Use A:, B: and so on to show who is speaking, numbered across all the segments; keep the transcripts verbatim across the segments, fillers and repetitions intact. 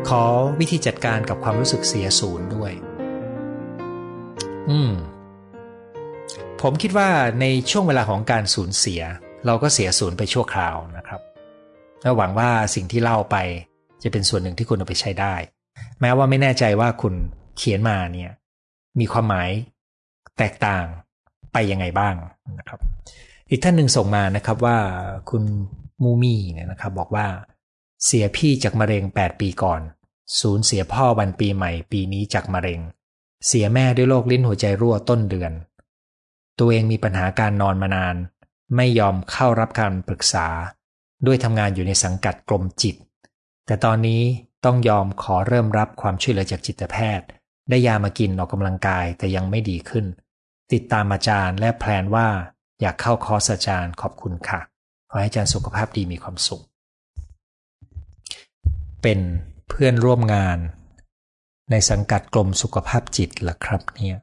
A: ขอวิธีจัดการกับความรู้สึกเสียศูนย์ด้วยอืมผมคิดว่าในช่วงเวลาของการสูญเสียเราก็เสียศูนย์ไปชั่วคราวนะครับและหวังว่าสิ่งที่เล่าไปจะเป็นส่วนหนึ่งที่คุณเอาไปใช้ได้แม้ว่าไม่แน่ใจว่าคุณเขียนมาเนี่ยมีความหมายแตกต่างไปยังไงบ้างนะครับอีกท่านหนึ่งส่งมานะครับว่าคุณมูมี่เนี่ยนะครับบอกว่าเสียพี่จากมะเร็งแปดปีก่อนสูญเสียพ่อวันปีใหม่ปีนี้จากมะเร็งเสียแม่ด้วยโรคลิ้นหัวใจรั่วต้นเดือนตัวเองมีปัญหาการนอนมานานไม่ยอมเข้ารับการปรึกษาด้วยทำงานอยู่ในสังกัดกรมจิตแต่ตอนนี้ต้องยอมขอเริ่มรับความช่วยเหลือจากจิตแพทย์ได้ยามากินออกกำลังกายแต่ยังไม่ดีขึ้นติดตามอาจารย์และแพลนว่าอยากเข้าคอร์สอาจารย์ขอบคุณค่ะขอให้อาจารย์สุขภาพดีมีความสุขเป็นเพื่อนร่วมงานในสังกัดกรมสุขภาพจิตเหรอครับเนี่ย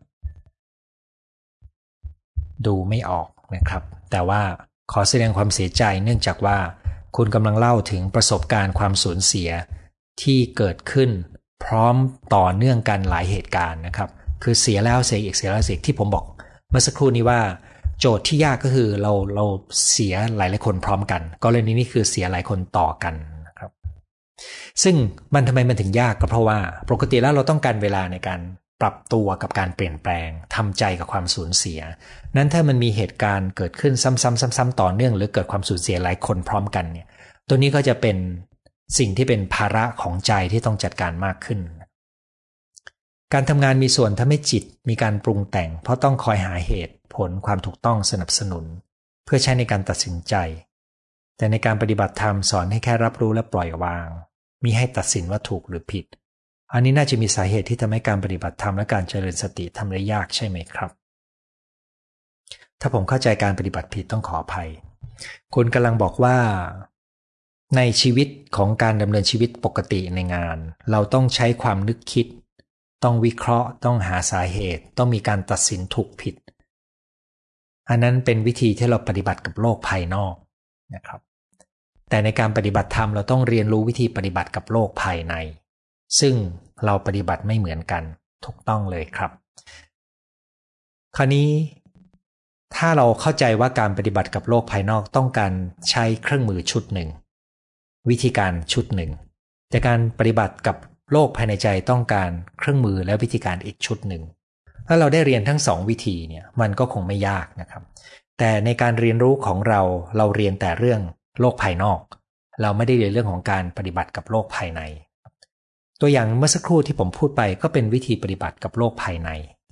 A: ดูไม่ออกนะครับแต่ว่าขอแสดงความเสียใจเนื่องจากว่าคุณกำลังเล่าถึงประสบการณ์ความสูญเสียที่เกิดขึ้นพร้อมต่อเนื่องกันหลายเหตุการณ์นะครับคือเสียแล้วเสียอีกเสียแล้วเสียอีกที่ผมบอกเมื่อสักครู่นี้ว่าโจทย์ที่ยากก็คือเราเราเสียหลายหลายคนพร้อมกันกรณีนี้คือเสียหลายคนต่อกันนะครับซึ่งมันทำไมมันถึงยากก็เพราะว่าปกติแล้วเราต้องการเวลาในการปรับตัวกับการเปลี่ยนแปลงทำใจกับความสูญเสียนั้นถ้ามันมีเหตุการณ์เกิดขึ้นซ้ำๆๆๆต่อเนื่องหรือเกิดความสูญเสียหลายคนพร้อมกันเนี่ยตัวนี้ก็จะเป็นสิ่งที่เป็นภาระของใจที่ต้องจัดการมากขึ้นการทำงานมีส่วนทำให้จิตมีการปรุงแต่งเพราะต้องคอยหาเหตุผลความถูกต้องสนับสนุนเพื่อใช้ในการตัดสินใจแต่ในการปฏิบัติธรรมสอนให้แค่รับรู้และปล่อยวางมิให้ตัดสินว่าถูกหรือผิดอันนี้น่าจะมีสาเหตุที่ทำให้การปฏิบัติธรรมและการเจริญสติทำได้ยากใช่ไหมครับถ้าผมเข้าใจการปฏิบัติผิดต้องขออภัยคุณกำลังบอกว่าในชีวิตของการดำเนินชีวิตปกติในงานเราต้องใช้ความนึกคิดต้องวิเคราะห์ต้องหาสาเหตุต้องมีการตัดสินถูกผิดอันนั้นเป็นวิธีที่เราปฏิบัติกับโลกภายนอกนะครับแต่ในการปฏิบัติธรรมเราต้องเรียนรู้วิธีปฏิบัติกับโลกภายในซึ่งเราปฏิบัติไม่เหมือนกันถูกต้องเลยครับคราวนี้ถ้าเราเข้าใจว่าการปฏิบัติกับโลกภายนอกต้องการใช้เครื่องมือชุดหนึ่งวิธีการชุดหนึ่งแต่การปฏิบัติกับโลกภายในใจต้องการเครื่องมือและวิธีการอีกชุดหนึ่งถ้าเราได้เรียนทั้งสองวิธีเนี่ยมันก็คงไม่ยากนะครับแต่ในการเรียนรู้ของเราเราเรียนแต่เรื่องโลกภายนอกเราไม่ได้เรียนเรื่องของการปฏิบัติกับโลกภายในตัวอย่างเมื่อสักครู่ที่ผมพูดไปก็เป็นวิธีปฏิบัติกับโลกภายใน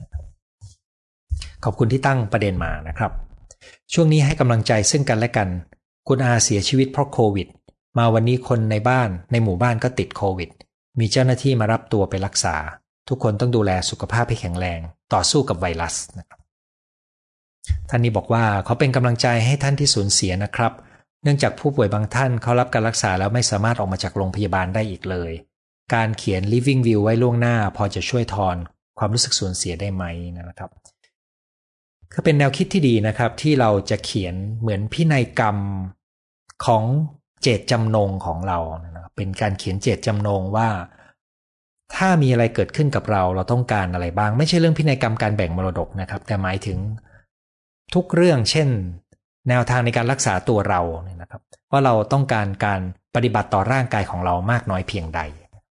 A: ขอบคุณที่ตั้งประเด็นมานะครับช่วงนี้ให้กำลังใจซึ่งกันและกันคุณอาเสียชีวิตเพราะโควิดมาวันนี้คนในบ้านในหมู่บ้านก็ติดโควิดมีเจ้าหน้าที่มารับตัวไปรักษาทุกคนต้องดูแลสุขภาพให้แข็งแรงต่อสู้กับไวรัสนะครับท่านนี้บอกว่าเขาเป็นกำลังใจให้ท่านที่สูญเสียนะครับเนื่องจากผู้ป่วยบางท่านเขารับการรักษาแล้วไม่สามารถออกมาจากโรงพยาบาลได้อีกเลยการเขียน living will ไว้ล่วงหน้าพอจะช่วยทอนความรู้สึกสูญเสียได้ไหมนะครับก็เป็นแนวคิดที่ดีนะครับที่เราจะเขียนเหมือนพินัยกรรมของเจตจำนงของเรานะครับเป็นการเขียนเจตจำนงว่าถ้ามีอะไรเกิดขึ้นกับเราเราต้องการอะไรบ้างไม่ใช่เรื่องพินัยกรรมการแบ่งมรดกนะครับแต่หมายถึงทุกเรื่องเช่นแนวทางในการรักษาตัวเราเนี่ยนะครับว่าเราต้องการการปฏิบัติต่อร่างกายของเรามากน้อยเพียงใด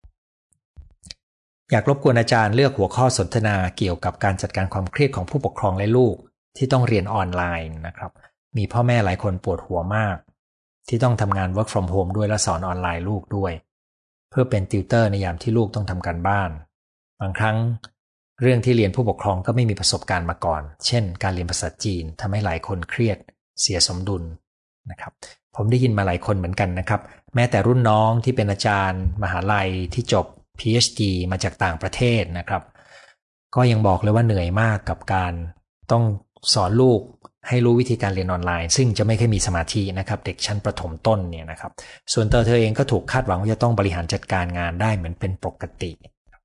A: อยากรบกวนอาจารย์เลือกหัวข้อสนทนาเกี่ยวกับการจัดการความเครียดของผู้ปกครองและลูกที่ต้องเรียนออนไลน์นะครับมีพ่อแม่หลายคนปวดหัวมากที่ต้องทำงาน work from home ด้วยและสอนออนไลน์ลูกด้วยเพื่อเป็นติวเตอร์ในยามที่ลูกต้องทำการบ้านบางครั้งเรื่องที่เรียนผู้ปกครองก็ไม่มีประสบการณ์มาก่อนเช่นการเรียนภาษาจีนทำให้หลายคนเครียดเสียสมดุลนะครับผมได้ยินมาหลายคนเหมือนกันนะครับแม้แต่รุ่นน้องที่เป็นอาจารย์มหาลัยที่จบ พี เอช ดี มาจากต่างประเทศนะครับก็ยังบอกเลยว่าเหนื่อยมากกับการต้องสอนลูกให้รู้วิธีการเรียนออนไลน์ซึ่งจะไม่ค่อยมีสมาธินะครับเด็กชั้นประถมต้นเนี่ยนะครับส่วนตัวเธอเองก็ถูกคาดหวังว่าจะต้องบริหารจัดการงานได้เหมือนเป็นปกติ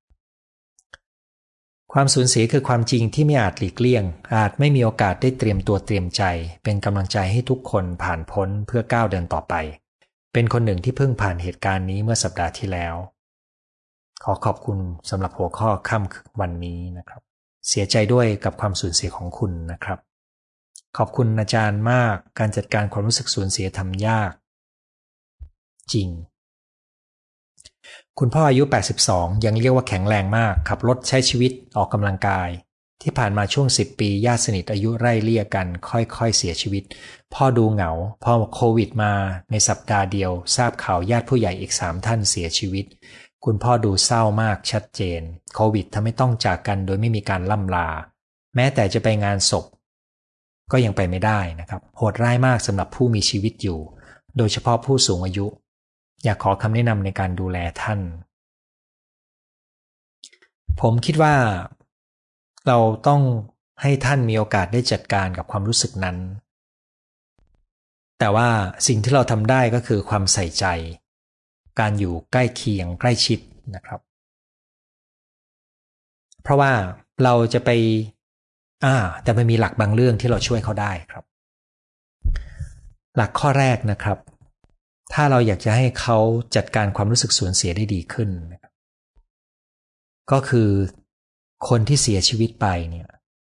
A: ความสูญเสียคือความจริงที่ไม่อาจหลีกเลี่ยงอาจไม่มีโอกาสได้เตรียมตัวเตรียมใจเป็นกำลังใจให้ทุกคนผ่านพ้นเพื่อก้าวเดินต่อไปเป็นคนหนึ่งที่เพิ่งผ่านเหตุการณ์นี้เมื่อสัปดาห์ที่แล้วขอขอบคุณสำหรับหัวข้อค่ำวันนี้นะครับเสียใจด้วยกับความสูญเสียของคุณนะครับขอบคุณอาจารย์มากการจัดการความรู้สึกสูญเสียทำยากจริงคุณพ่ออายุแปดสิบสองยังเรียกว่าแข็งแรงมากขับรถใช้ชีวิตออกกำลังกายที่ผ่านมาช่วงสิบปีญาติสนิทอายุไล่เลี่ยกันค่อยๆเสียชีวิตพ่อดูเหงาพอโควิดมาในสัปดาห์เดียวทราบข่าวญาติผู้ใหญ่อีกสามท่านเสียชีวิตคุณพ่อดูเศร้ามากชัดเจนโควิดทำให้ต้องจากกันโดยไม่มีการล่ำลาแม้แต่จะไปงานศพก็ยังไปไม่ได้นะครับโหดร้ายมากสำหรับผู้มีชีวิตอยู่โดยเฉพาะผู้สูงอายุอยากขอคำแนะนำในการดูแลท่านผมคิดว่าเราต้องให้ท่านมีโอกาสได้จัดการกับความรู้สึกนั้นแต่ว่าสิ่งที่เราทำได้ก็คือความใส่ใจการอยู่ใกล้เคียงใกล้ชิดนะครับเพราะว่าเราจะไปอ่าแต่มันมีหลักบางเรื่องที่เราช่วยเขาได้ครับหลักข้อแรกนะครับถ้าเราอยากจะให้เขาจัดการความรู้สึกสูญเสียได้ดีขึ้นนะครับก็คือคนที่เสียชีวิตไปเนี่ย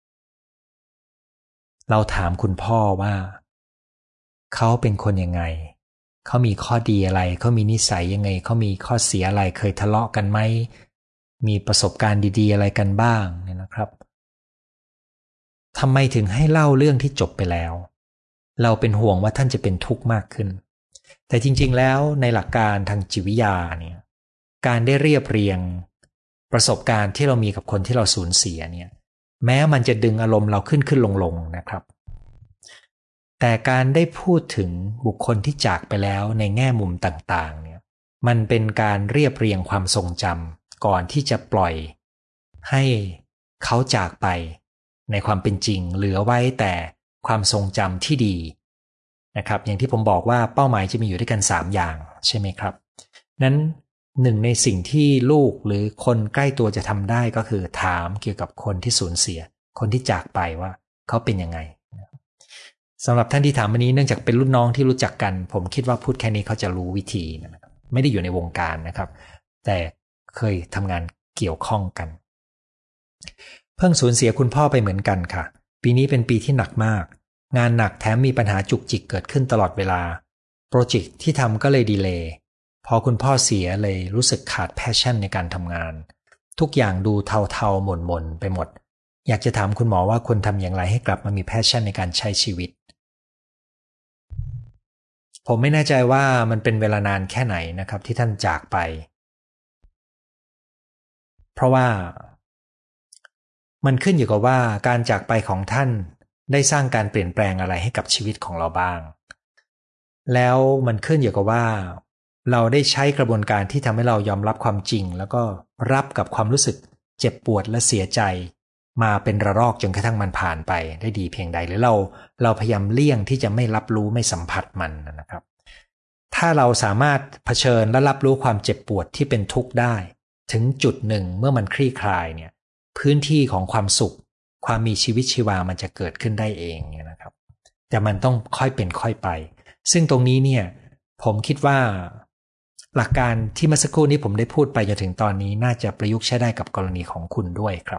A: เราถามคุณพ่อว่าเขาเป็นคนยังไงเขามีข้อดีอะไรเขามีนิสัยยังไงเขามีข้อเสียอะไรเคยทะเลาะกันไหมมีประสบการณ์ดีๆอะไรกันบ้างเนี่ยนะครับทำไมถึงให้เล่าเรื่องที่จบไปแล้วเราเป็นห่วงว่าท่านจะเป็นทุกข์มากขึ้นแต่จริงๆแล้วในหลักการทางจิตวิทยาเนี่ยการได้เรียบเรียงประสบการณ์ที่เรามีกับคนที่เราสูญเสียเนี่ยแม้มันจะดึงอารมณ์เราขึ้นขึ้นลงลงนะครับแต่การได้พูดถึงบุคคลที่จากไปแล้วในแง่มุมต่างๆเนี่ยมันเป็นการเรียบเรียงความทรงจำก่อนที่จะปล่อยให้เขาจากไปในความเป็นจริงเหลือไว้แต่ความทรงจำที่ดีนะครับอย่างที่ผมบอกว่าเป้าหมายจะมีอยู่ด้วยกันสามอย่างใช่ไหมครับนั้นหนึ่งในสิ่งที่ลูกหรือคนใกล้ตัวจะทำได้ก็คือถามเกี่ยวกับคนที่สูญเสียคนที่จากไปว่าเขาเป็นยังไงสำหรับท่านที่ถามวันนี้เนื่องจากเป็นรุ่นน้องที่รู้จักกันผมคิดว่าพูดแค่นี้เขาจะรู้วิธีนะครับไม่ได้อยู่ในวงการนะครับแต่เคยทำงานเกี่ยวข้องกันเพิ่งสูญเสียคุณพ่อไปเหมือนกันค่ะปีนี้เป็นปีที่หนักมากงานหนักแถมมีปัญหาจุกจิกเกิดขึ้นตลอดเวลาโปรเจกต์ที่ทำก็เลยดีเลย์พอคุณพ่อเสียเลยรู้สึกขาดแพชชั่นในการทำงานทุกอย่างดูเทาๆหม่นๆไปหมดอยากจะถามคุณหมอว่าควรทำอย่างไรให้กลับมามีแพชชั่นในการใช้ชีวิตผมไม่แน่ใจว่ามันเป็นเวลานานแค่ไหนนะครับที่ท่านจากไปเพราะว่ามันขึ้นอยู่กับว่าการจากไปของท่านได้สร้างการเปลี่ยนแปลงอะไรให้กับชีวิตของเราบ้างแล้วมันขึ้นอยู่กับว่าเราได้ใช้กระบวนการที่ทำให้เรายอมรับความจริงแล้วก็รับกับความรู้สึกเจ็บปวดและเสียใจมาเป็นระลอกจนกระทั่งมันผ่านไปได้ดีเพียงใดหรือเราเราพยายามเลี่ยงที่จะไม่รับรู้ไม่สัมผัสมันนะครับถ้าเราสามารถเผชิญและรับรู้ความเจ็บปวดที่เป็นทุกข์ได้ถึงจุดหนึ่งเมื่อมันคลี่คลายเนี่ยพื้นที่ของความสุขความมีชีวิตชีวามันจะเกิดขึ้นได้เองเนี่ยนะครับแต่มันต้องค่อยเป็นค่อยไปซึ่งตรงนี้เนี่ยผมคิดว่าหลักการที่เมื่อสักครู่นี้ผมได้พูดไปจนถึงตอนนี้น่าจะประยุกต์ใช้ได้กับกรณีของคุณด้วยครับ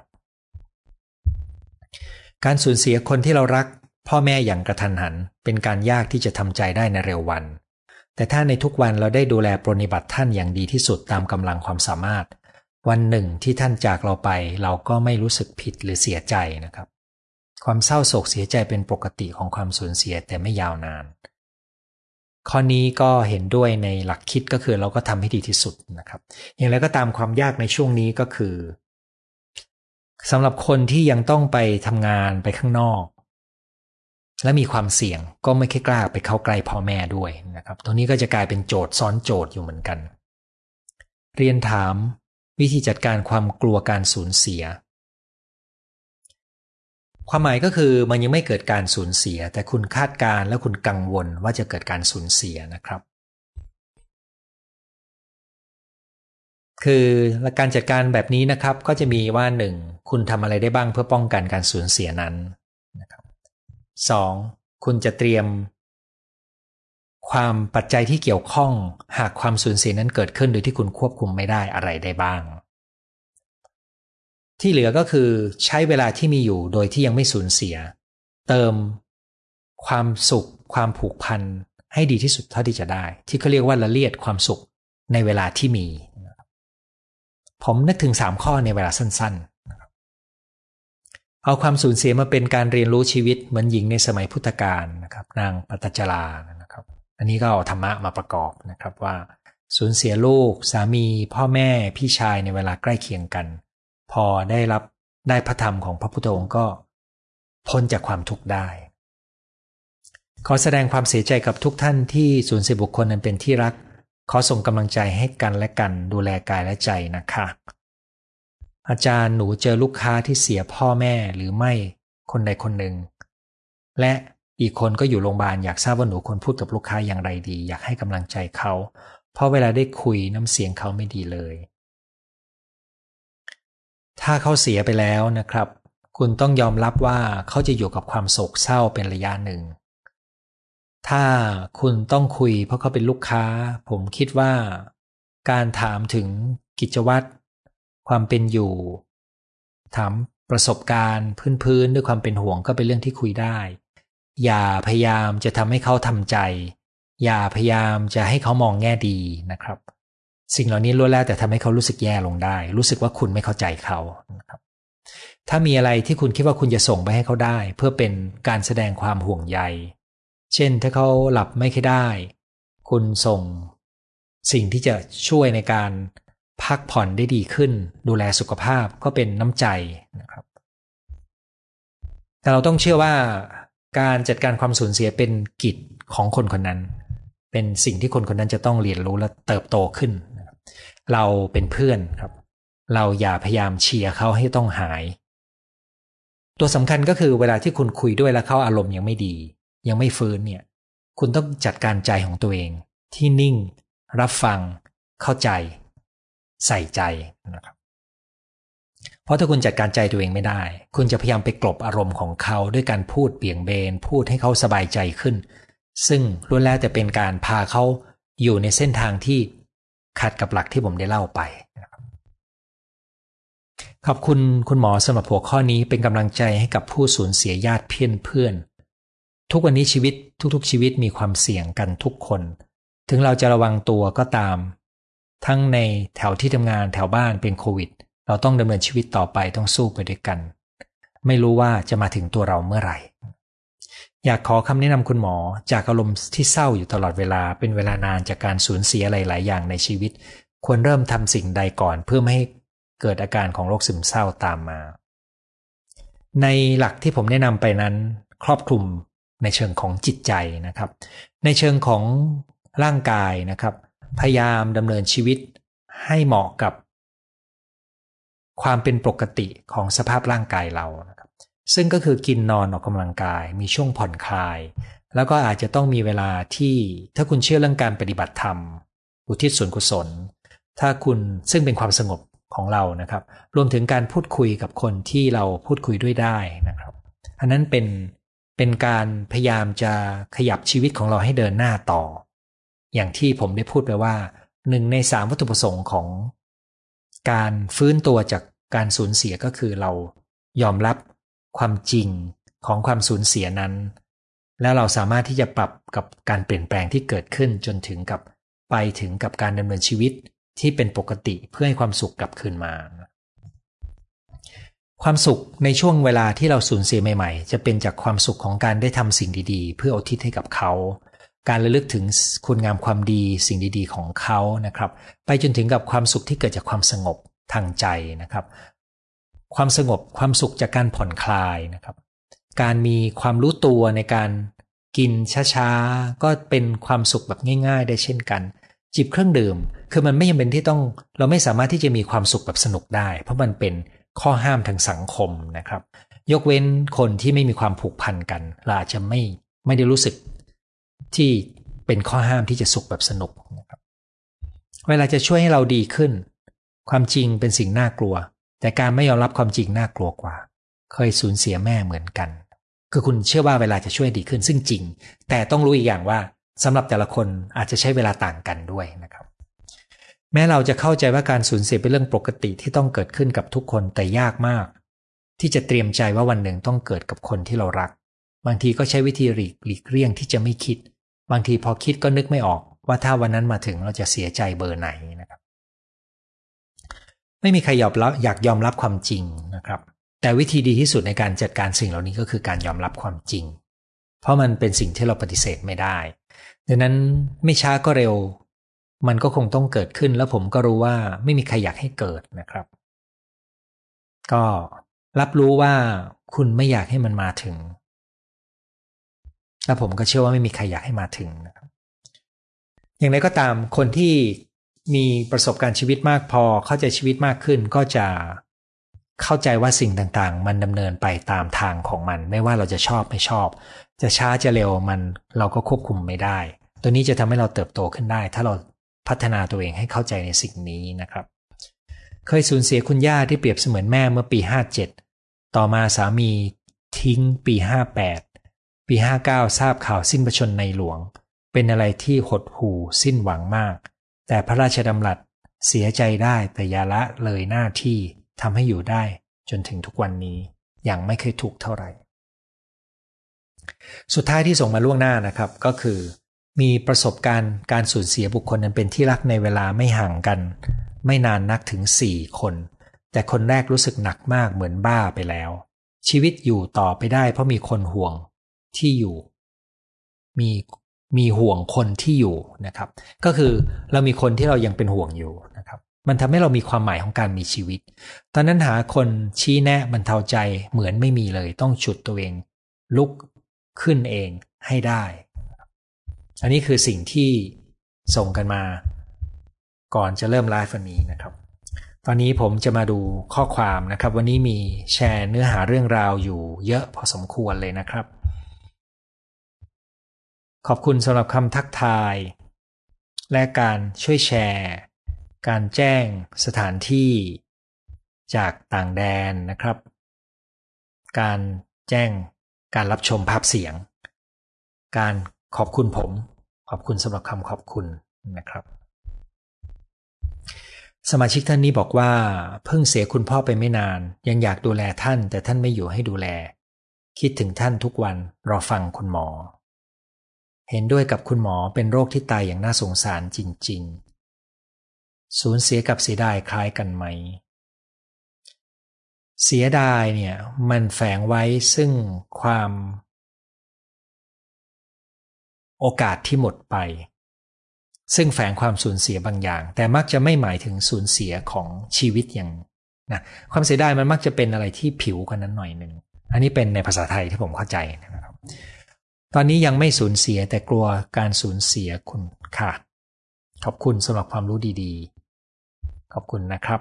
A: การสูญเสียคนที่เรารักพ่อแม่อย่างกระทันหันเป็นการยากที่จะทำใจได้ในเร็ววันแต่ถ้าในทุกวันเราได้ดูแลปรนนิบัติท่านอย่างดีที่สุดตามกำลังความสามารถวันหนึ่งที่ท่านจากเราไปเราก็ไม่รู้สึกผิดหรือเสียใจนะครับความเศร้าโศกเสียใจเป็นปกติของความสูญเสียแต่ไม่ยาวนานข้อนี้ก็เห็นด้วยในหลักคิดก็คือเราก็ทำให้ดีที่สุดนะครับอย่างไรก็ตามความยากในช่วงนี้ก็คือสำหรับคนที่ยังต้องไปทำงานไปข้างนอกและมีความเสี่ยงก็ไม่ค่อยกล้าไปเข้าใกล้พ่อแม่ด้วยนะครับตรงนี้ก็จะกลายเป็นโจทย์ซ้อนโจทย์อยู่เหมือนกันเรียนถามวิธีจัดการความกลัวการสูญเสียความหมายก็คือมันยังไม่เกิดการสูญเสียแต่คุณคาดการณ์และคุณกังวลว่าจะเกิดการสูญเสียนะครับคือการจัดการแบบนี้นะครับก็จะมีว่าหนึ่งคุณทำอะไรได้บ้างเพื่อป้องกันการสูญเสียนั้นนะครับสองคุณจะเตรียมความปัจจัยที่เกี่ยวข้องหากความสูญเสียนั้นเกิดขึ้นโดยที่คุณควบคุมไม่ได้อะไรได้บ้างที่เหลือก็คือใช้เวลาที่มีอยู่โดยที่ยังไม่สูญเสียเติมความสุขความผูกพันให้ดีที่สุดเท่าที่จะได้ที่เขาเรียกว่าละเลียดความสุขในเวลาที่มีผมนึกถึงสามข้อในเวลาสั้นๆเอาความสูญเสียมาเป็นการเรียนรู้ชีวิตเหมือนหญิงในสมัยพุทธกาลนะครับนางปตัจจรานะครับอันนี้ก็เอาธรรมะมาประกอบนะครับว่าสูญเสียลูกสามีพ่อแม่พี่ชายในเวลาใกล้เคียงกันพอได้รับได้พระธรรมของพระพุทธองค์ก็พ้นจากความทุกข์ได้ขอแสดงความเสียใจกับทุกท่านที่สูญเสียบุคคลนั้นเป็นที่รักขอส่งกำลังใจให้กันและกันดูแลกายและใจนะคะอาจารย์หนูเจอลูกค้าที่เสียพ่อแม่หรือไม่คนใดคนหนึ่งและอีกคนก็อยู่โรงพยาบาลอยากทราบว่าหนูควรพูดกับลูกค้าอย่างไรดีอยากให้กำลังใจเขาเพราะเวลาได้คุยน้ำเสียงเขาไม่ดีเลยถ้าเขาเสียไปแล้วนะครับคุณต้องยอมรับว่าเขาจะอยู่กับความโศกเศร้าเป็นระยะหนึ่งถ้าคุณต้องคุยเพราะเขาเป็นลูกค้าผมคิดว่าการถามถึงกิจวัตรความเป็นอยู่ถามประสบการณ์พื้นๆด้วยความเป็นห่วงก็เป็นเรื่องที่คุยได้อย่าพยายามจะทำให้เขาทำใจอย่าพยายามจะให้เขามองแง่ดีนะครับสิ่งเหล่านี้ล้วนแล้วแต่ทำให้เขารู้สึกแย่ลงได้รู้สึกว่าคุณไม่เข้าใจเขานะครับถ้ามีอะไรที่คุณคิดว่าคุณจะส่งไปให้เขาได้เพื่อเป็นการแสดงความห่วงใยเช่นถ้าเขาหลับไม่ค่อยได้คุณส่งสิ่งที่จะช่วยในการพักผ่อนได้ดีขึ้นดูแลสุขภาพก็เป็นน้ำใจนะครับแต่เราต้องเชื่อว่าการจัดการความสูญเสียเป็นกิจของคนคนนั้นเป็นสิ่งที่คนคนนั้นจะต้องเรียนรู้และเติบโตขึ้นเราเป็นเพื่อนครับเราอย่าพยายามเชียร์เขาให้ต้องหายตัวสำคัญก็คือเวลาที่คุณคุยด้วยแล้วเขาอารมณ์ยังไม่ดียังไม่ฟื้นเนี่ยคุณต้องจัดการใจของตัวเองที่นิ่งรับฟังเข้าใจใส่ใจนะครับเพราะถ้าคุณจัดการใจตัวเองไม่ได้คุณจะพยายามไปกลบอารมณ์ของเขาด้วยการพูดเบี่ยงเบนพูดให้เขาสบายใจขึ้นซึ่งล้วนแล้วแต่เป็นการพาเขาอยู่ในเส้นทางที่ขัดกับหลักที่ผมได้เล่าไปขอบคุณคุณหมอสำหรับหัวข้อนี้เป็นกำลังใจให้กับผู้สูญเสียญาติเพื่อนเพื่อนทุกวันนี้ชีวิตทุกๆชีวิตมีความเสี่ยงกันทุกคนถึงเราจะระวังตัวก็ตามทั้งในแถวที่ทำงานแถวบ้านเป็นโควิดเราต้องดำเนินชีวิตต่อไปต้องสู้ไปด้วยกันไม่รู้ว่าจะมาถึงตัวเราเมื่อไหร่อยากขอคำแนะนำคุณหมอจากอารมณ์ที่เศร้าอยู่ตลอดเวลาเป็นเวลานานจากการสูญเสียหลายๆอย่างในชีวิตควรเริ่มทำสิ่งใดก่อนเพื่อไม่ให้เกิดอาการของโรคซึมเศร้าตามมาในหลักที่ผมแนะนำไปนั้นครอบคลุมในเชิงของจิตใจนะครับในเชิงของร่างกายนะครับพยายามดำเนินชีวิตให้เหมาะกับความเป็นปกติของสภาพร่างกายเรานะครับซึ่งก็คือกินนอนออกกำลังกายมีช่วงผ่อนคลายแล้วก็อาจจะต้องมีเวลาที่ถ้าคุณเชื่อเรื่องการปฏิบัติธรรมอุทิศส่วนกุศลถ้าคุณซึ่งเป็นความสงบของเรานะครับรวมถึงการพูดคุยกับคนที่เราพูดคุยด้วยได้นะครับอันนั้นเป็นเป็นการพยายามจะขยับชีวิตของเราให้เดินหน้าต่ออย่างที่ผมได้พูดไปว่าหนึ่งในสามวัตถุประสงค์ของการฟื้นตัวจากการสูญเสียก็คือเรายอมรับความจริงของความสูญเสียนั้นแล้วเราสามารถที่จะปรับกับการเปลี่ยนแปลงที่เกิดขึ้นจนถึงกับไปถึงกับการดำเนินชีวิตที่เป็นปกติเพื่อให้ความสุขกลับคืนมาความสุขในช่วงเวลาที่เราสูญเสียใหม่ๆจะเป็นจากความสุขของการได้ทำสิ่งดีๆเพื่ออุทิศให้กับเขาการระลึกถึงคุณงามความดีสิ่งดีๆของเขานะครับไปจนถึงกับความสุขที่เกิดจากความสงบทางใจนะครับความสงบความสุขจากการผ่อนคลายนะครับการมีความรู้ตัวในการกินช้าๆก็เป็นความสุขแบบง่ายๆได้เช่นกันจิบเครื่องดื่มคือมันไม่จำเป็นที่ต้องเราไม่สามารถที่จะมีความสุขแบบสนุกได้เพราะมันเป็นข้อห้ามทางสังคมนะครับยกเว้นคนที่ไม่มีความผูกพันกันเราอาจจะไม่ไม่ได้รู้สึกที่เป็นข้อห้ามที่จะสุขแบบสนุกนะครับเวลาจะช่วยให้เราดีขึ้นความจริงเป็นสิ่งน่ากลัวแต่การไม่ยอมรับความจริงน่ากลัวกว่าเคยสูญเสียแม่เหมือนกันคือคุณเชื่อว่าเวลาจะช่วยดีขึ้นซึ่งจริงแต่ต้องรู้อีกอย่างว่าสำหรับแต่ละคนอาจจะใช้เวลาต่างกันด้วยนะครับแม้เราจะเข้าใจว่าการสูญเสียเป็นเรื่องปกติที่ต้องเกิดขึ้นกับทุกคนแต่ยากมากที่จะเตรียมใจว่าวันหนึ่งต้องเกิดกับคนที่เรารักบางทีก็ใช้วิธีหลีกหลีกเลี่ยงที่จะไม่คิดบางทีพอคิดก็นึกไม่ออกว่าถ้าวันนั้นมาถึงเราจะเสียใจเบอร์ไหนนะครับไม่มีใครยอมรับอยากยอมรับความจริงนะครับแต่วิธีดีที่สุดในการจัดการสิ่งเหล่านี้ก็คือการยอมรับความจริงเพราะมันเป็นสิ่งที่เราปฏิเสธไม่ได้ดังนั้นไม่ช้าก็เร็วมันก็คงต้องเกิดขึ้นแล้วผมก็รู้ว่าไม่มีใครอยากให้เกิดนะครับก็รับรู้ว่าคุณไม่อยากให้มันมาถึงและผมก็เชื่อว่าไม่มีใครอยากให้มาถึงนะครับอย่างไรก็ตามคนที่มีประสบการณ์ชีวิตมากพอเข้าใจชีวิตมากขึ้นก็จะเข้าใจว่าสิ่งต่างๆมันดำเนินไปตามทางของมันไม่ว่าเราจะชอบไม่ชอบจะช้าจะเร็วมันเราก็ควบคุมไม่ได้ตัวนี้จะทำให้เราเติบโตขึ้นได้ถ้าเราพัฒนาตัวเองให้เข้าใจในสิ่งนี้นะครับเคยสูญเสียคุณย่าที่เปรียบเสมือนแม่เมื่อปีห้าเจ็ดต่อมาสามีทิ้งปีห้าแปดปีห้าเก้าทราบข่าวสิ้นพระชนม์ในหลวงเป็นอะไรที่หดหู่สิ้นหวังมากแต่พระราชดำรัสเสียใจได้แต่อย่าละเลยหน้าที่ทำให้อยู่ได้จนถึงทุกวันนี้อย่างไม่เคยถูกเท่าไหร่สุดท้ายที่ส่งมาล่วงหน้านะครับก็คือมีประสบการณ์การสูญเสียบุคคลนั้นเป็นที่รักในเวลาไม่ห่างกันไม่นานนักถึงสี่คนแต่คนแรกรู้สึกหนักมากเหมือนบ้าไปแล้วชีวิตอยู่ต่อไปได้เพราะมีคนห่วงที่อยู่มีมีห่วงคนที่อยู่นะครับก็คือเรามีคนที่เรายังเป็นห่วงอยู่นะครับมันทำให้เรามีความหมายของการมีชีวิตตอนนั้นหาคนชี้แนะบรรเทาใจเหมือนไม่มีเลยต้องฉุดตัวเองลุกขึ้นเองให้ได้อันนี้คือสิ่งที่ส่งกันมาก่อนจะเริ่มไลฟ์วันนี้นะครับตอนนี้ผมจะมาดูข้อความนะครับวันนี้มีแชร์เนื้อหาเรื่องราวอยู่เยอะพอสมควรเลยนะครับขอบคุณสำหรับคำทักทายและการช่วยแชร์การแจ้งสถานที่จากต่างแดนนะครับการแจ้งการรับชมภาพเสียงการขอบคุณผมขอบคุณสำหรับคำขอบคุณนะครับสมาชิกท่านนี้บอกว่าเพิ่งเสียคุณพ่อไปไม่นานยังอยากดูแลท่านแต่ท่านไม่อยู่ให้ดูแลคิดถึงท่านทุกวันรอฟังคุณหมอเห็นด้วยกับคุณหมอเป็นโรคที่ตายอย่างน่าสงสารจริงๆสูญเสียกับเสียดายคล้ายกันไหมเสียดายเนี่ยมันแฝงไว้ซึ่งความโอกาสที่หมดไปซึ่งแฝงความสูญเสียบางอย่างแต่มักจะไม่หมายถึงสูญเสียของชีวิตอย่างนะความเสียดายมันมักจะเป็นอะไรที่ผิวกว่านั้นหน่อยหนึ่งอันนี้เป็นในภาษาไทยที่ผมเข้าใจนะครับตอนนี้ยังไม่สูญเสียแต่กลัวการสูญเสียคุณค่ะขอบคุณสำหรับความรู้ดีๆขอบคุณนะครับ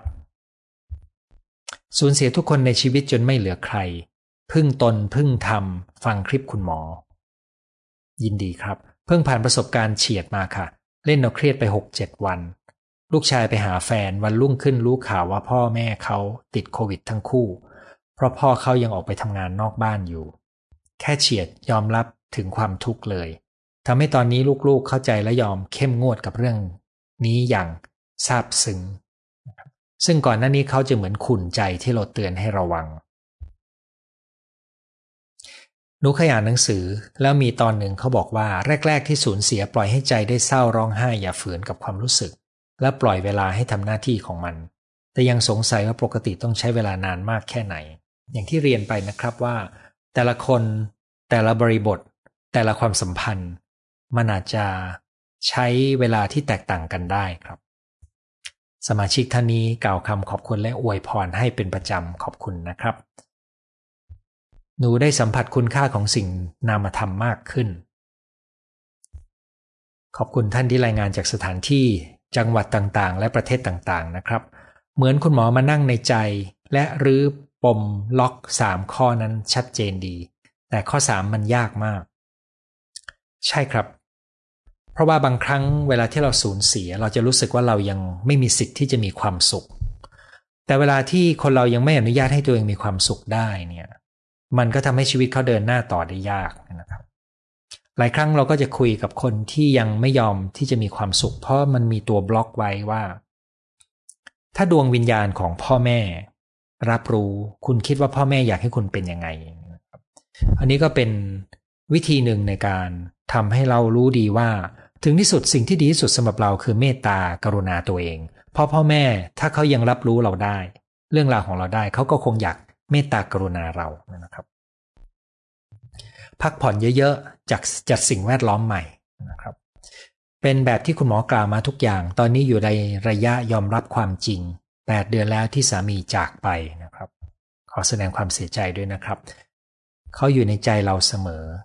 A: สูญเสียทุกคนในชีวิตจนไม่เหลือใครพึ่งตนพึ่งธรรมฟังคลิปคุณหมอยินดีครับเพิ่งผ่านประสบการณ์เฉียดมาค่ะเล่นเอาเครียดไป หกเจ็ด วันลูกชายไปหาแฟนวันรุ่งขึ้นรู้ข่าวว่าพ่อแม่เขาติดโควิดทั้งคู่เพราะพ่อเขายังออกไปทำงานนอกบ้านอยู่แค่เฉียดยอมรับถึงความทุกข์เลยทำให้ตอนนี้ลูกๆเข้าใจและยอมเข้มงวดกับเรื่องนี้อย่างซาบซึ้งซึ่งก่อนหน้านี้เขาจะเหมือนขุ่นใจที่เราเตือนให้ระวังหนูขยานหนังสือแล้วมีตอนหนึ่งเขาบอกว่าแรกๆที่สูญเสียปล่อยให้ใจได้เศร้าร้องไห้อย่าฝืนกับความรู้สึกและปล่อยเวลาให้ทำหน้าที่ของมันแต่ยังสงสัยว่าปกติต้องใช้เวลานานมากแค่ไหนอย่างที่เรียนไปนะครับว่าแต่ละคนแต่ละบริบทแต่ละความสัมพันธ์มันอาจจะใช้เวลาที่แตกต่างกันได้ครับสมาชิกท่านนี้กล่าวคำขอบคุณและอวยพรให้เป็นประจำขอบคุณนะครับหนูได้สัมผัสคุณค่าของสิ่งนามธรรมมากขึ้นขอบคุณท่านที่รายงานจากสถานที่จังหวัดต่างๆและประเทศต่างๆนะครับเหมือนคุณหมอมานั่งในใจและรื้อปมล็อกสามข้อนั้นชัดเจนดีแต่ข้อสามมันยากมากใช่ครับเพราะว่าบางครั้งเวลาที่เราสูญเสียเราจะรู้สึกว่าเรายังไม่มีสิทธิ์ที่จะมีความสุขแต่เวลาที่คนเรายังไม่อนุญาตให้ตัวเองมีความสุขได้เนี่ยมันก็ทำให้ชีวิตเขาเดินหน้าต่อได้ยากนะครับหลายครั้งเราก็จะคุยกับคนที่ยังไม่ยอมที่จะมีความสุขเพราะมันมีตัวบล็อกไว้ว่าถ้าดวงวิญญาณของพ่อแม่รับรู้คุณคิดว่าพ่อแม่อยากให้คุณเป็นยังไงอันนี้ก็เป็นวิธีหนึ่งในการทำให้เรารู้ดีว่าถึงที่สุดสิ่งที่ดีที่สุดสำหรับเราคือเมตตากรุณาตัวเองเพราะพ่อแม่ถ้าเขายังรับรู้เราได้เรื่องราวของเราได้เขาก็คงอยากเมตตากรุณาเรานะครับพักผ่อนเยอะๆจากจัดสิ่งแวดล้อมใหม่นะครับเป็นแบบที่คุณหมอกล่าวมาทุกอย่างตอนนี้อยู่ในระยะยอมรับความจริงแปดเดือนแล้วที่สามีจากไปนะครับขอแสดงความเสียใจด้วยนะครับเขาอยู่ในใจเราเสมอ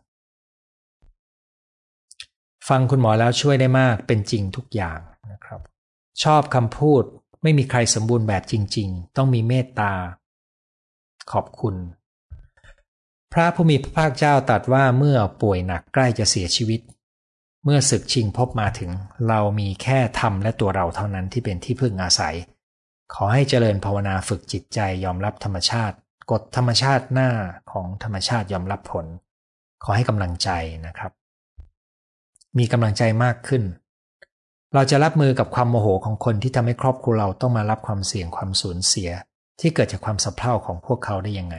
A: ฟังคุณหมอแล้วช่วยได้มากเป็นจริงทุกอย่างนะครับชอบคำพูดไม่มีใครสมบูรณ์แบบจริงๆต้องมีเมตตาขอบคุณพระผู้มีพระภาคเจ้าตรัสว่าเมื่อป่วยหนักใกล้จะเสียชีวิตเมื่อศึกชิงพบมาถึงเรามีแค่ธรรมและตัวเราเท่านั้นที่เป็นที่พึ่งอาศัยขอให้เจริญภาวนาฝึกจิตใจยอมรับธรรมชาติกฎธรรมชาติหน้าของธรรมชาติยอมรับผลขอให้กำลังใจนะครับมีกำลังใจมากขึ้นเราจะรับมือกับความโมโหของคนที่ทำให้ครอบครัวเราต้องมารับความเสี่ยงความสูญเสียที่เกิดจากความสะเพร่าของพวกเขาได้ยังไง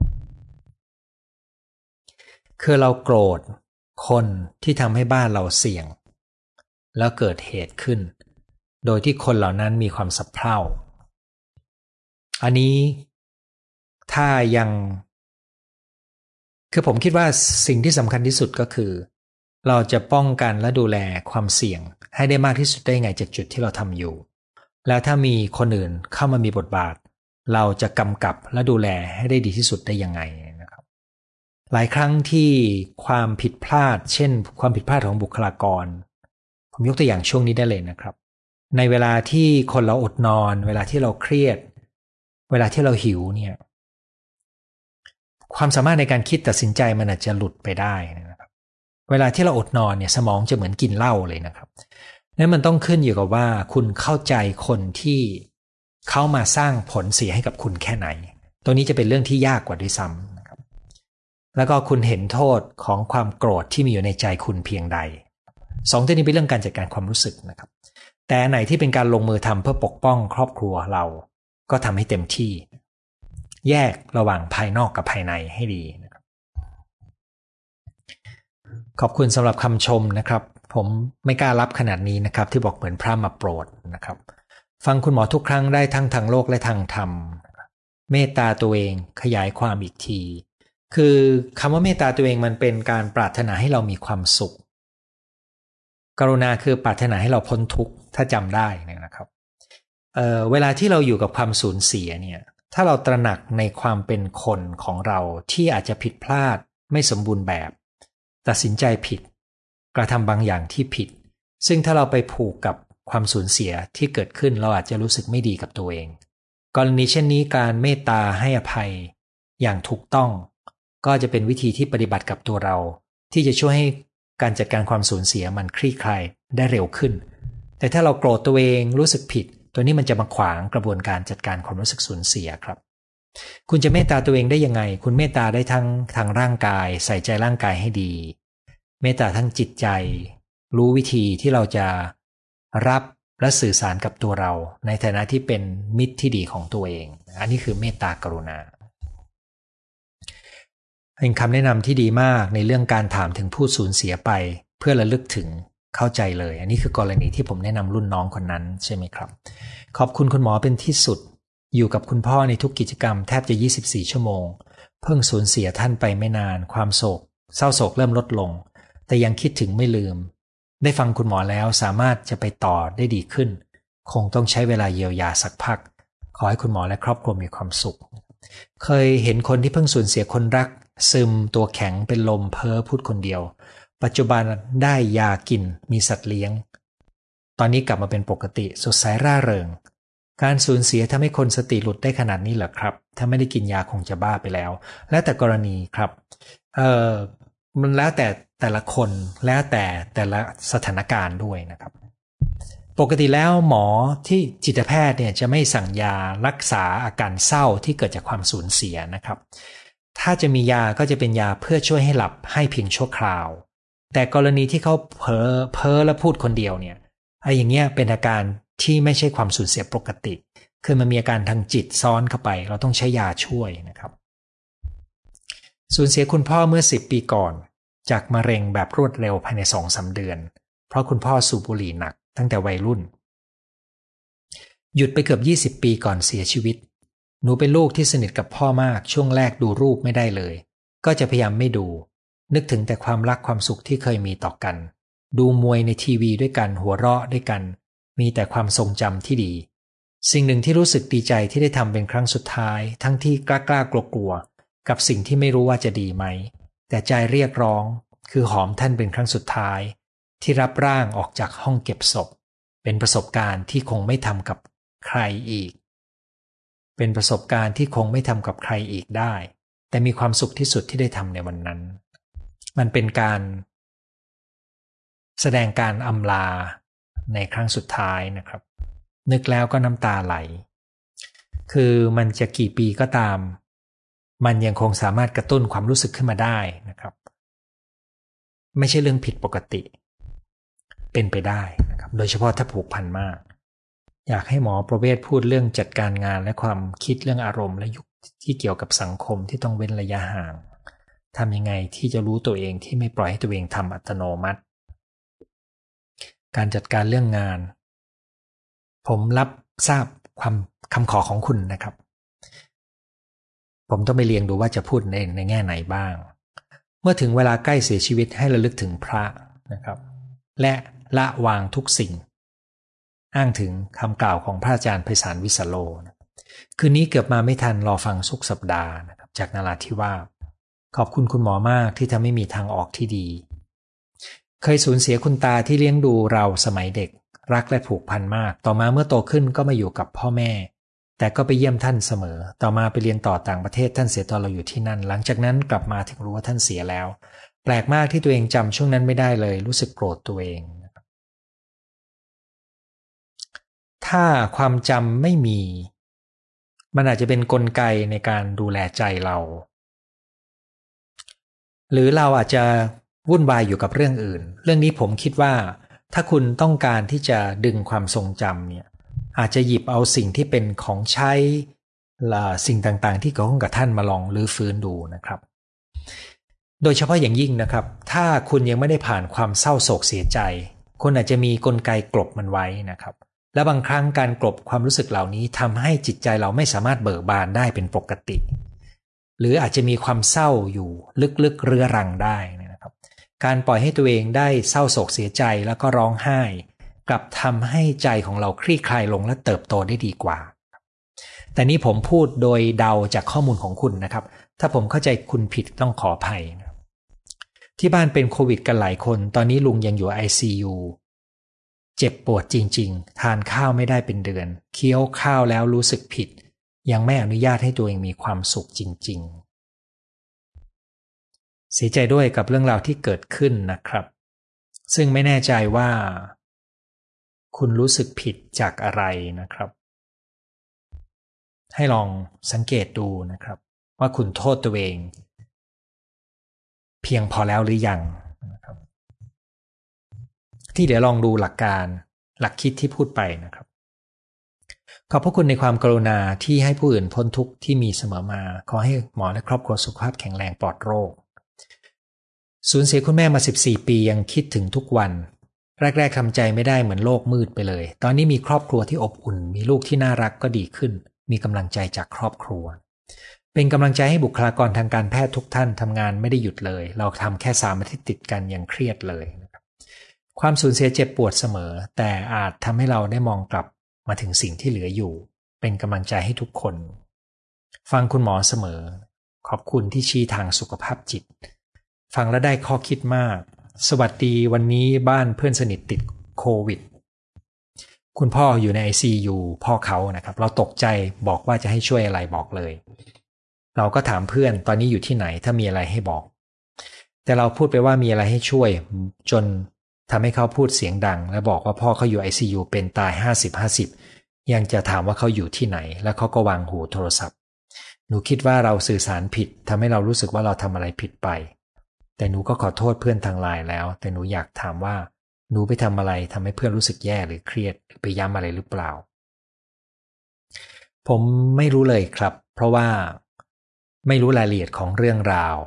A: คือเราโกรธคนที่ทำให้บ้านเราเสี่ยงแล้วเกิดเหตุขึ้นโดยที่คนเหล่านั้นมีความสะเพร่าอันนี้ถ้ายังคือผมคิดว่าสิ่งที่สำคัญที่สุดก็คือเราจะป้องกันและดูแลความเสี่ยงให้ได้มากที่สุดได้ไงจากจุดที่เราทำอยู่แล้วถ้ามีคนอื่นเข้ามามีบทบาทเราจะกำกับและดูแลให้ได้ดีที่สุดได้ยังไงนะครับหลายครั้งที่ความผิดพลาดเช่นความผิดพลาดของบุคลากรผมยกตัวอย่างช่วงนี้ได้เลยนะครับในเวลาที่คนเราอดนอนเวลาที่เราเครียดเวลาที่เราหิวเนี่ยความสามารถในการคิดตัดสินใจมันอาจจะหลุดไปได้นะครับเวลาที่เราอดนอนเนี่ยสมองจะเหมือนกินเหล้าเลยนะครับนั่นมันต้องขึ้นอยู่กับว่าคุณเข้าใจคนที่เข้ามาสร้างผลเสียให้กับคุณแค่ไหนตรงนี้จะเป็นเรื่องที่ยากกว่าด้วยซ้ำนะครับแล้วก็คุณเห็นโทษของความโกรธที่มีอยู่ในใจคุณเพียงใดสองตัวนี้เป็นเรื่องการจัดการความรู้สึกนะครับแต่ไหนที่เป็นการลงมือทำเพื่อปกป้องครอบครัวเราก็ทำให้เต็มที่แยกระหว่างภายนอกกับภายในให้ดีนะครับขอบคุณสำหรับคำชมนะครับผมไม่กล้ารับขนาดนี้นะครับที่บอกเหมือนพระมาโปรดนะครับฟังคุณหมอทุกครั้งได้ทั้งทางโลกและทางธรรมเมตตาตัวเองขยายความอีกทีคือคำว่าเมตตาตัวเองมันเป็นการปรารถนาให้เรามีความสุขกรุณาคือปรารถนาให้เราพ้นทุกข์ถ้าจำได้นะครับเอ่อเวลาที่เราอยู่กับความสูญเสียเนี่ยถ้าเราตระหนักในความเป็นคนของเราที่อาจจะผิดพลาดไม่สมบูรณ์แบบตัดสินใจผิดกระทำบางอย่างที่ผิดซึ่งถ้าเราไปผูกกับความสูญเสียที่เกิดขึ้นเราอาจจะรู้สึกไม่ดีกับตัวเองกรณีเช่นนี้การเมตตาให้อภัยอย่างถูกต้องก็จะเป็นวิธีที่ปฏิบัติกับตัวเราที่จะช่วยให้การจัดการความสูญเสียมันคลี่คลายได้เร็วขึ้นแต่ถ้าเราโกรธตัวเองรู้สึกผิดตัวนี้มันจะมาขวางกระบวนการจัดการความรู้สึกสูญเสียครับคุณจะเมตตาตัวเองได้ยังไงคุณเมตตาได้ทั้งทางร่างกายใส่ใจร่างกายให้ดีเมตตาทั้งจิตใจรู้วิธีที่เราจะรับและสื่อสารกับตัวเราในฐานะที่เป็นมิตรที่ดีของตัวเองอันนี้คือเมตตากรุณาเป็นคำแนะนำที่ดีมากในเรื่องการถามถึงผู้สูญเสียไปเพื่อระลึกถึงเข้าใจเลยอันนี้คือกรณีที่ผมแนะนำรุ่นน้องคนนั้นใช่ไหมครับขอบคุณคุณหมอเป็นที่สุดอยู่กับคุณพ่อในทุกกิจกรรมแทบจะยี่สิบสี่ชั่วโมงเพิ่งสูญเสียท่านไปไม่นานความโศกเศร้าโศกเริ่มลดลงแต่ยังคิดถึงไม่ลืมได้ฟังคุณหมอแล้วสามารถจะไปต่อได้ดีขึ้นคงต้องใช้เวลาเยียวยาสักพักขอให้คุณหมอและครอบครัวมีความสุขเคยเห็นคนที่เพิ่งสูญเสียคนรักซึมตัวแข็งเป็นลมเพ้อพูดคนเดียวปัจจุบันได้ยากินมีสัตว์เลี้ยงตอนนี้กลับมาเป็นปกติสดใสร่าเริงการสูญเสียทำให้คนสติหลุดได้ขนาดนี้เหรอครับถ้าไม่ได้กินยาคงจะบ้าไปแล้วแล้วแต่กรณีครับเอ่อมันแล้วแต่แต่ละคนแล้วแต่แต่ละสถานการณ์ด้วยนะครับปกติแล้วหมอที่จิตแพทย์เนี่ยจะไม่สั่งยารักษาอาการเศร้าที่เกิดจากความสูญเสียนะครับถ้าจะมียาก็จะเป็นยาเพื่อช่วยให้หลับให้เพียงชั่วคราวแต่กรณีที่เขาเพ้อเพ้อและพูดคนเดียวเนี่ยไอ้อย่างเงี้ยเป็นอาการที่ไม่ใช่ความสูญเสียปกติคือมันมีอาการทางจิตซ้อนเข้าไปเราต้องใช้ยาช่วยนะครับสูญเสียคุณพ่อเมื่อสิบปีก่อนจากมะเร็งแบบรวดเร็วภายใน สองถึงสาม เดือนเพราะคุณพ่อสูบบุหรี่หนักตั้งแต่วัยรุ่นหยุดไปเกือบยี่สิบปีก่อนเสียชีวิตหนูเป็นลูกที่สนิทกับพ่อมากช่วงแรกดูรูปไม่ได้เลยก็จะพยายามไม่ดูนึกถึงแต่ความรักความสุขที่เคยมีต่อกันดูมวยในทีวีด้วยกันหัวเราะด้วยกันมีแต่ความทรงจำที่ดีสิ่งหนึ่งที่รู้สึกดีใจที่ได้ทำเป็นครั้งสุดท้ายทั้งที่กล้ากล้ากลัวกลัวกับสิ่งที่ไม่รู้ว่าจะดีไหมแต่ใจเรียกร้องคือหอมท่านเป็นครั้งสุดท้ายที่รับร่างออกจากห้องเก็บศพเป็นประสบการณ์ที่คงไม่ทำกับใครอีกเป็นประสบการณ์ที่คงไม่ทำกับใครอีกได้แต่มีความสุขที่สุดที่ได้ทำในวันนั้นมันเป็นการแสดงการอำลาในครั้งสุดท้ายนะครับนึกแล้วก็น้ำตาไหลคือมันจะกี่ปีก็ตามมันยังคงสามารถกระตุ้นความรู้สึกขึ้นมาได้นะครับไม่ใช่เรื่องผิดปกติเป็นไปได้นะครับโดยเฉพาะถ้าผูกพันมากอยากให้หมอประเวศพูดเรื่องจัดการงานและความคิดเรื่องอารมณ์และยุคที่เกี่ยวกับสังคมที่ต้องเว้นระยะห่างทำยังไงที่จะรู้ตัวเองที่ไม่ปล่อยให้ตัวเองทำอัตโนมัติการจัดการเรื่องงานผมรับทราบความคำขอของคุณนะครับผมต้องไปเรียงดูว่าจะพูดในในแง่ไหนบ้างเมื่อถึงเวลาใกล้เสียชีวิตให้ระลึกถึงพระนะครับและละวางทุกสิ่งอ้างถึงคำกล่าวของพระอาจารย์ไพศาลวิสโลนะคืนนี้เกือบมาไม่ทันรอฟังสุขสัปดาห์นะครับจากนราธิวาสขอบคุณคุณหมอมากที่ทำให้มีทางออกที่ดีเคยสูญเสียคุณตาที่เลี้ยงดูเราสมัยเด็กรักและผูกพันมากต่อมาเมื่อโตขึ้นก็มาอยู่กับพ่อแม่แต่ก็ไปเยี่ยมท่านเสมอต่อมาไปเรียนต่อต่างประเทศท่านเสียตอนเราอยู่ที่นั่นหลังจากนั้นกลับมาถึงรู้ว่าท่านเสียแล้วแปลกมากที่ตัวเองจำช่วงนั้นไม่ได้เลยรู้สึกโกรธตัวเองถ้าความจำไม่มีมันอาจจะเป็นกลไกในการดูแลใจเราหรือเราอาจจะวุ่นวายอยู่กับเรื่องอื่นเรื่องนี้ผมคิดว่าถ้าคุณต้องการที่จะดึงความทรงจำเนี่ยอาจจะหยิบเอาสิ่งที่เป็นของใช้สิ่งต่างๆที่เกี่ยวข้องกับท่านมาลองรื้อฟื้นดูนะครับโดยเฉพาะอย่างยิ่งนะครับถ้าคุณยังไม่ได้ผ่านความเศร้าโศกเสียใจคุณอาจจะมีกลไกกลบมันไว้นะครับและบางครั้งการกลบความรู้สึกเหล่านี้ทำให้จิตใจเราไม่สามารถเบิกบานได้เป็นปกติหรืออาจจะมีความเศร้าอยู่ลึกๆเรื้อรังได้นะครับการปล่อยให้ตัวเองได้เศร้าโศกเสียใจแล้วก็ร้องไห้กลับทำให้ใจของเราคลี่คลายลงและเติบโตได้ดีกว่าแต่นี่ผมพูดโดยเดาจากข้อมูลของคุณนะครับถ้าผมเข้าใจคุณผิดต้องขออภัยนะที่บ้านเป็นโควิดกันหลายคนตอนนี้ลุงยังอยู่ ไอ ซี ยู เจ็บปวดจริงๆทานข้าวไม่ได้เป็นเดือนเคี้ยวข้าวแล้วรู้สึกผิดยังไม่อนุญาตให้ตัวเองมีความสุขจริงๆเสียใจด้วยกับเรื่องราวที่เกิดขึ้นนะครับซึ่งไม่แน่ใจว่าคุณรู้สึกผิดจากอะไรนะครับให้ลองสังเกตดูนะครับว่าคุณโทษตัวเองเพียงพอแล้วหรือยังนะครับที่เดี๋ยวลองดูหลักการหลักคิดที่พูดไปนะครับขอบพระคุณในความกรุณาที่ให้ผู้อื่นพ้นทุกข์ที่มีเสมอมาขอให้หมอและครอบครัวสุขภาพแข็งแรงปลอดโรคสูญเสียคุณแม่มาสิบสี่ปียังคิดถึงทุกวันแรกๆทำใจไม่ได้เหมือนโลกมืดไปเลยตอนนี้มีครอบครัวที่อบอุ่นมีลูกที่น่ารักก็ดีขึ้นมีกำลังใจจากครอบครัวเป็นกำลังใจให้บุคลากรทางการแพทย์ทุกท่านทำงานไม่ได้หยุดเลยเราทำแค่สามอาทิตย์ติดกันยังเครียดเลยนะครับความสูญเสียเจ็บปวดเสมอแต่อาจทำให้เราได้มองกลับมาถึงสิ่งที่เหลืออยู่เป็นกำลังใจให้ทุกคนฟังคุณหมอเสมอขอบคุณที่ชี้ทางสุขภาพจิตฟังแล้วได้ข้อคิดมากสวัสดีวันนี้บ้านเพื่อนสนิทติดโควิดคุณพ่ออยู่ใน ไอ ซี ยู พ่อเขานะครับเราตกใจบอกว่าจะให้ช่วยอะไรบอกเลยเราก็ถามเพื่อนตอนนี้อยู่ที่ไหนถ้ามีอะไรให้บอกแต่เราพูดไปว่ามีอะไรให้ช่วยจนทำให้เขาพูดเสียงดังและบอกว่าพ่อเขาอยู่ ไอ ซี ยู เป็นตาย ห้าสิบ ห้าสิบ ยังจะถามว่าเขาอยู่ที่ไหนแล้วเขาก็วางหูโทรศัพท์หนูคิดว่าเราสื่อสารผิดทำให้เรารู้สึกว่าเราทำอะไรผิดไปแต่หนูก็ขอโทษเพื่อนทางไลน์แล้วแต่หนูอยากถามว่าหนูไปทำอะไรทำให้เพื่อนรู้สึกแย่หรือเครียดหรือไปย้ำอะไรหรือเปล่าผมไม่รู้เลยครับเพราะว่าไม่รู้รายละเอียดของเรื่องราว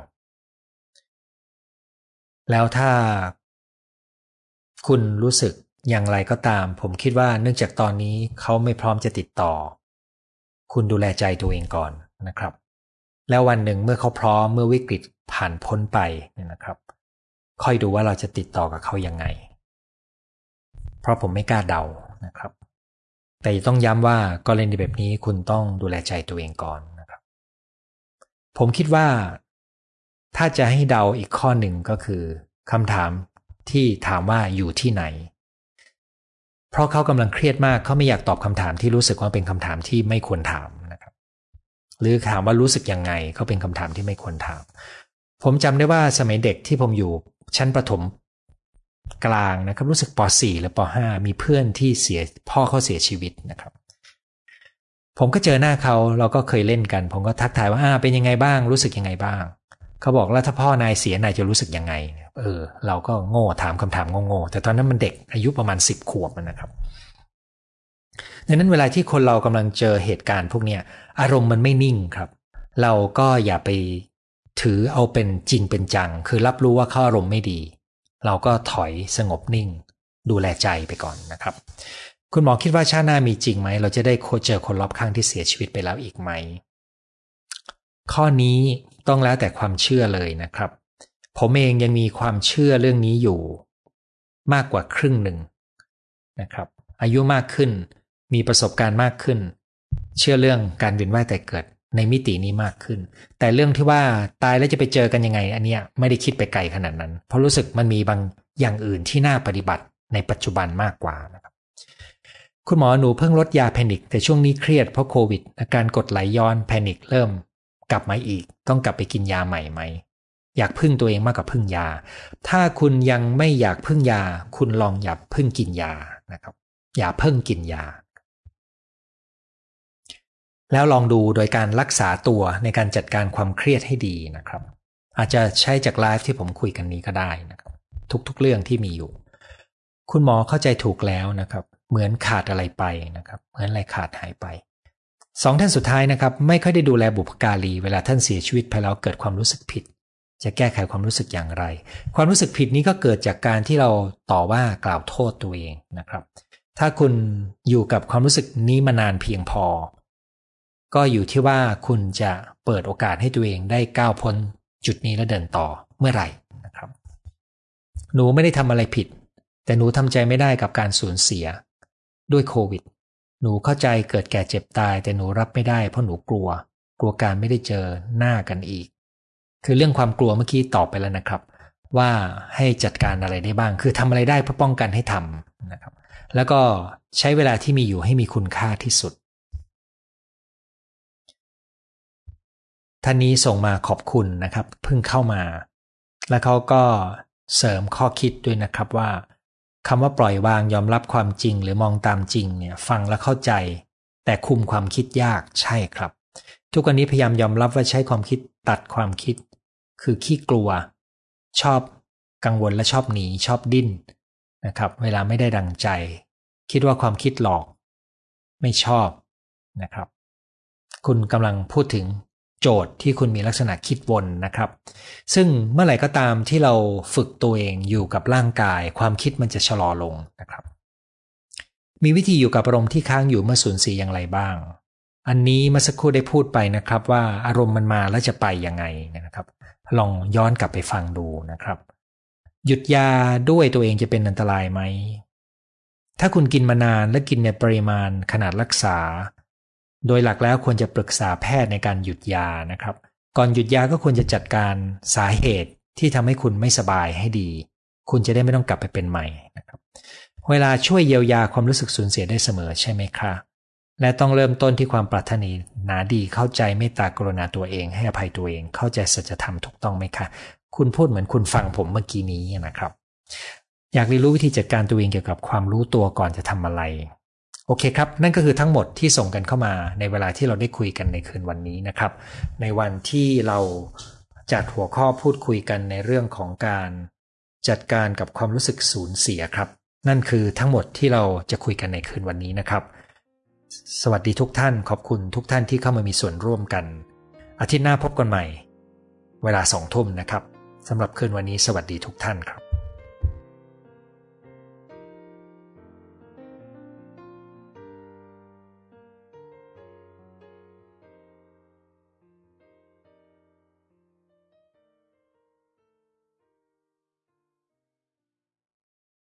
A: แล้วถ้าคุณรู้สึกอย่างไรก็ตามผมคิดว่าเนื่องจากตอนนี้เขาไม่พร้อมจะติดต่อคุณดูแลใจตัวเองก่อนนะครับแล้ววันหนึ่งเมื่อเขาพร้อมเมื่อวิกฤตผ่านพ้นไปนะครับค่อยดูว่าเราจะติดต่อกับเขายังไงเพราะผมไม่กล้าเดานะครับแต่ต้องย้ำว่ากรณีแบบนี้คุณต้องดูแลใจตัวเองก่อนนะครับผมคิดว่าถ้าจะให้เดาอีกข้อหนึ่งก็คือคำถามที่ถามว่าอยู่ที่ไหนเพราะเขากำลังเครียดมากเขาไม่อยากตอบคำถามที่รู้สึกว่าเป็นคำถามที่ไม่ควรถามนะครับหรือถามว่ารู้สึกยังไงเขาเป็นคำถามที่ไม่ควรถามผมจำได้ว่าสมัยเด็กที่ผมอยู่ชั้นประถมกลางนะครับรู้สึกป .สี่ หรือป .ห้า มีเพื่อนที่เสียพ่อเขาเสียชีวิตนะครับผมก็เจอหน้าเขาเราก็เคยเล่นกันผมก็ทักทายว่าอ่าเป็นยังไงบ้างรู้สึกยังไงบ้างเขาบอกแล้วถ้าพ่อนายเสียนายจะรู้สึกยังไงเออเราก็โง่ถามคำถามโง่ๆแต่ตอนนั้นมันเด็กอายุประมาณสิบขวบนะครับดังนั้นเวลาที่คนเรากำลังเจอเหตุการณ์พวกนี้อารมณ์มันไม่นิ่งครับเราก็อย่าไปถือเอาเป็นจริงเป็นจังคือรับรู้ว่าเขาอารมณ์ไม่ดีเราก็ถอยสงบนิ่งดูแลใจไปก่อนนะครับคุณหมอคิดว่าชาติหน้ามีจริงไหมเราจะได้เจอคนรอบข้างที่เสียชีวิตไปแล้วอีกไหมข้อนี้ต้องแล้วแต่ความเชื่อเลยนะครับผมเองยังมีความเชื่อเรื่องนี้อยู่มากกว่าครึ่งหนึ่งนะครับอายุมากขึ้นมีประสบการณ์มากขึ้นเชื่อเรื่องการเวียนว่ายตายเกิดในมิตินี้มากขึ้นแต่เรื่องที่ว่าตายแล้วจะไปเจอกันยังไงอันเนี้ยไม่ได้คิดไปไกลขนาดนั้นเพราะรู้สึกมันมีบางอย่างอื่นที่น่าปฏิบัติในปัจจุบันมากกว่านะครับคุณหมอหนูเพิ่งลดยาแพนิคแต่ช่วงนี้เครียดเพราะโควิดอาการกดไหลย้อนแพนิคเริ่มกลับมาอีกต้องกลับไปกินยาใหม่ไหมอยากพึ่งตัวเองมากกว่าพึ่งยาถ้าคุณยังไม่อยากพึ่งยาคุณลองอย่าพึ่งกินยานะครับอย่าเพิ่งกินยาแล้วลองดูโดยการรักษาตัวในการจัดการความเครียดให้ดีนะครับอาจจะใช้จากไลฟ์ที่ผมคุยกันนี้ก็ได้นะครับทุกๆเรื่องที่มีอยู่คุณหมอเข้าใจถูกแล้วนะครับเหมือนขาดอะไรไปนะครับเหมือนอะไรขาดหายไปสองท่านสุดท้ายนะครับไม่ค่อยได้ดูแลบุพการีเวลาท่านเสียชีวิตไปแล้วเกิดความรู้สึกผิดจะแก้ไขความรู้สึกอย่างไรความรู้สึกผิดนี้ก็เกิดจากการที่เราต่อว่ากล่าวโทษตัวเองนะครับถ้าคุณอยู่กับความรู้สึกนี้มานานเพียงพอก็อยู่ที่ว่าคุณจะเปิดโอกาสให้ตัวเองได้ก้าวพ้นจุดนี้และเดินต่อเมื่อไหร่นะครับหนูไม่ได้ทำอะไรผิดแต่หนูทำใจไม่ได้กับการสูญเสียด้วยโควิดหนูเข้าใจเกิดแก่เจ็บตายแต่หนูรับไม่ได้เพราะหนูกลัวกลัวการไม่ได้เจอหน้ากันอีกคือเรื่องความกลัวเมื่อกี้ตอบไปแล้วนะครับว่าให้จัดการอะไรได้บ้างคือทำอะไรได้เพื่อป้องกันให้ทำนะครับแล้วก็ใช้เวลาที่มีอยู่ให้มีคุณค่าที่สุดท่านนี้ส่งมาขอบคุณนะครับเพิ่งเข้ามาแล้วเขาก็เสริมข้อคิดด้วยนะครับว่าคำว่าปล่อยวางยอมรับความจริงหรือมองตามจริงเนี่ยฟังและเข้าใจแต่คุมความคิดยากใช่ครับทุกวันนี้พยายามยอมรับว่าใช้ความคิดตัดความคิดคือขี้กลัวชอบกังวลและชอบหนีชอบดิ้นนะครับเวลาไม่ได้ดังใจคิดว่าความคิดหลอกไม่ชอบนะครับคุณกำลังพูดถึงโจทย์ที่คุณมีลักษณะคิดวนนะครับซึ่งเมื่อไหร่ก็ตามที่เราฝึกตัวเองอยู่กับร่างกายความคิดมันจะชะลอลงนะครับมีวิธีอยู่กับอารมณ์ที่ค้างอยู่เมื่อสูญเสียอย่างไรบ้างอันนี้เมื่อสักครู่ได้พูดไปนะครับว่าอารมณ์มันมาแล้วจะไปยังไงนะครับลองย้อนกลับไปฟังดูนะครับหยุดยาด้วยตัวเองจะเป็นอันตรายไหมถ้าคุณกินมานานและกินในปริมาณขนาดรักษาโดยหลักแล้วควรจะปรึกษาแพทย์ในการหยุดยานะครับก่อนหยุดยาก็ควรจะจัดการสาเหตุที่ทำให้คุณไม่สบายให้ดีคุณจะได้ไม่ต้องกลับไปเป็นใหม่นะครับเวลาช่วยเยียวยาความรู้สึกสูญเสียได้เสมอใช่ไหมคะและต้องเริ่มต้นที่ความปรารถนาดีเข้าใจเมตตากรุณาตัวเองให้อภัยตัวเองเข้าใจสัจธรรมถูกต้องไหมคะคุณพูดเหมือนคุณฟังผมเมื่อกี้นี้นะครับอยากเรียนรู้วิธีจัดการตัวเองเกี่ยวกับความรู้ตัวก่อนจะทำอะไรโอเคครับนั่นก็คือทั้งหมดที่ส่งกันเข้ามาในเวลาที่เราได้คุยกันในคืนวันนี้นะครับในวันที่เราจัดหัวข้อพูดคุยกันในเรื่องของการจัดการกับความรู้สึกสูญเสียครับนั่นคือทั้งหมดที่เราจะคุยกันในคืนวันนี้นะครับสวัสดีทุกท่านขอบคุณทุกท่านที่เข้ามามีส่วนร่วมกันอาทิตย์หน้าพบกันใหม่เวลาสองทุ่มนะครับสำหรับคืนวันนี้สวัสดีทุกท่านครับ